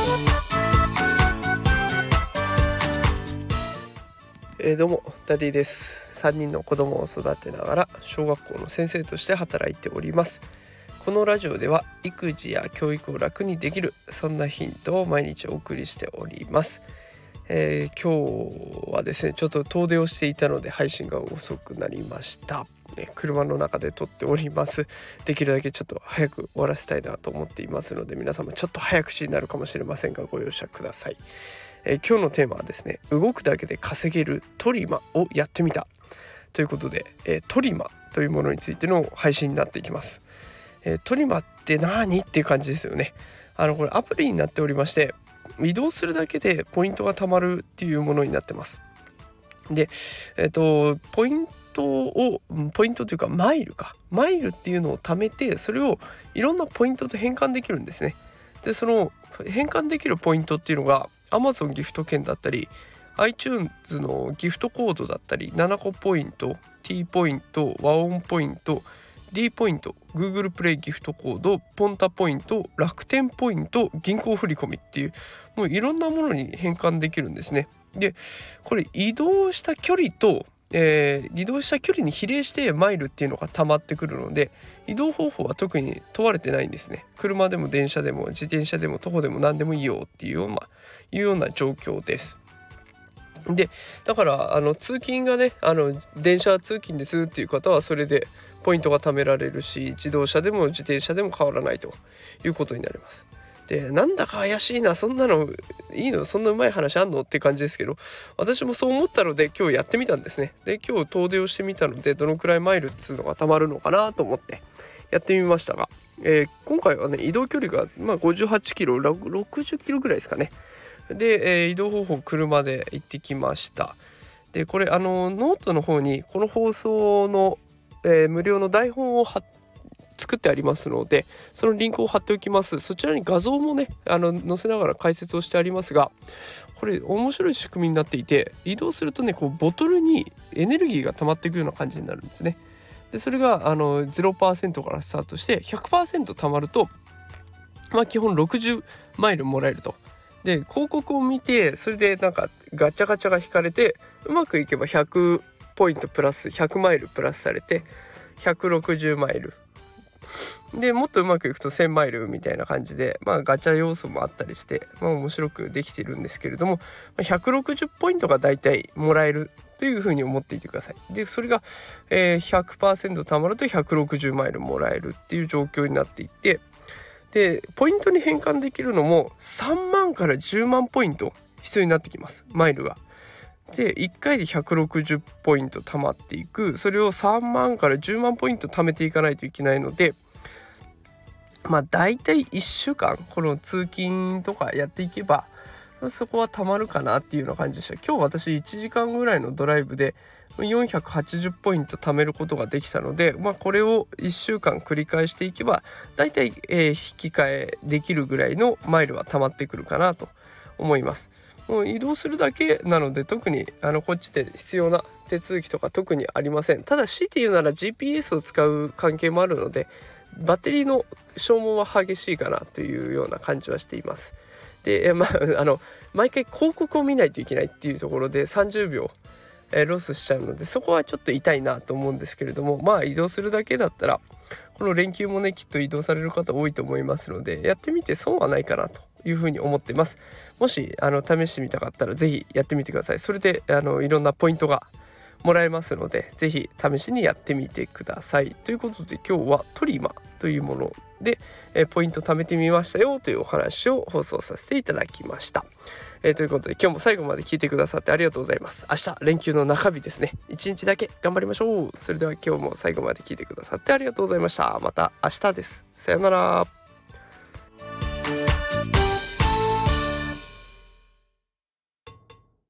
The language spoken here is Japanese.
どうもダディです。3人の子供を育てながら小学校の先生として働いております。このラジオでは育児や教育を楽にできる、そんなヒントを毎日お送りしております。今日はですね、ちょっと遠出をしていたので配信が遅くなりました。車の中で撮っております。できるだけちょっと早く終わらせたいなと思っていますので、皆様ちょっと早口になるかもしれませんがご容赦ください。今日のテーマはですね、動くだけで稼げるトリマをやってみたということで、トリマというものについての配信になっていきます。トリマって何っていう感じですよね。これアプリになっておりまして、移動するだけでポイントが貯まるっていうものになってます。で、ポイントというかマイルっていうのを貯めて、それをいろんなポイントと変換できるんですね。で、その変換できるポイントっていうのが Amazon ギフト券だったり iTunes のギフトコードだったり、7個ポイント、 T ポイント、和音ポイント、 D ポイント、 Google プレイギフトコード、ポンタポイント、楽天ポイント、銀行振込っていう、もういろんなものに変換できるんですね。で、これ移動した距離に比例してマイルっていうのが溜まってくるので、移動方法は特に問われてないんですね。車でも電車でも自転車でも徒歩でも何でもいいよっていうような状況です。で、だから通勤がね、電車通勤ですっていう方はそれでポイントが貯められるし、自動車でも自転車でも変わらないということになります。で、なんだか怪しいな、そんなのいいの、そんなうまい話あんのって感じですけど、私もそう思ったので今日やってみたんですね。で、今日遠出をしてみたので、どのくらいマイルっていうのがたまるのかなと思ってやってみましたが、今回はね、移動距離が58キロ60キロぐらいですかね。で、移動方法車で行ってきました。で、これノートの方にこの放送の、無料の台本を作ってありますので、そのリンクを貼っておきます。そちらに画像もね載せながら解説をしてありますが、これ面白い仕組みになっていて、移動するとね、こうボトルにエネルギーが溜まっていくような感じになるんですね。で、それが0% からスタートして 100% 溜まると、基本60マイルもらえると。で、広告を見て、それでなんかガチャガチャが引かれて、うまくいけば100ポイントプラス100マイルプラスされて160マイルで、もっとうまくいくと1000マイルみたいな感じで、ガチャ要素もあったりして、面白くできているんですけれども、160ポイントがだいたいもらえるというふうに思っていてください。で、それが、100% 貯まると160マイルもらえるっていう状況になっていて、で、ポイントに変換できるのも3万から10万ポイント必要になってきます、マイルが。で、1回で160ポイント貯まっていく。それを3万から10万ポイント貯めていかないといけないので、だいたい1週間この通勤とかやっていけばそこは貯まるかなっていうような感じでした。今日私1時間ぐらいのドライブで480ポイント貯めることができたので、これを1週間繰り返していけばだいたい引き換えできるぐらいのマイルは貯まってくるかなと思います。もう移動するだけなので、特にこっちで必要な手続きとか特にありません。ただ強いて言うなら GPS を使う関係もあるので、バッテリーの消耗は激しいかなというような感じはしています。で、毎回広告を見ないといけないっていうところで30秒ロスしちゃうので、そこはちょっと痛いなと思うんですけれども、移動するだけだったら、この連休もね、きっと移動される方多いと思いますので、やってみて損はないかなというふうに思っています。もし試してみたかったらぜひやってみてください。それでいろんなポイントがもらえますので、ぜひ試しにやってみてください。ということで、今日はトリマというもので、ポイント貯めてみましたよというお話を放送させていただきました。ということで、今日も最後まで聞いてくださってありがとうございます。明日連休の中日ですね。1日だけ頑張りましょう。それでは今日も最後まで聞いてくださってありがとうございました。また明日です。さよなら。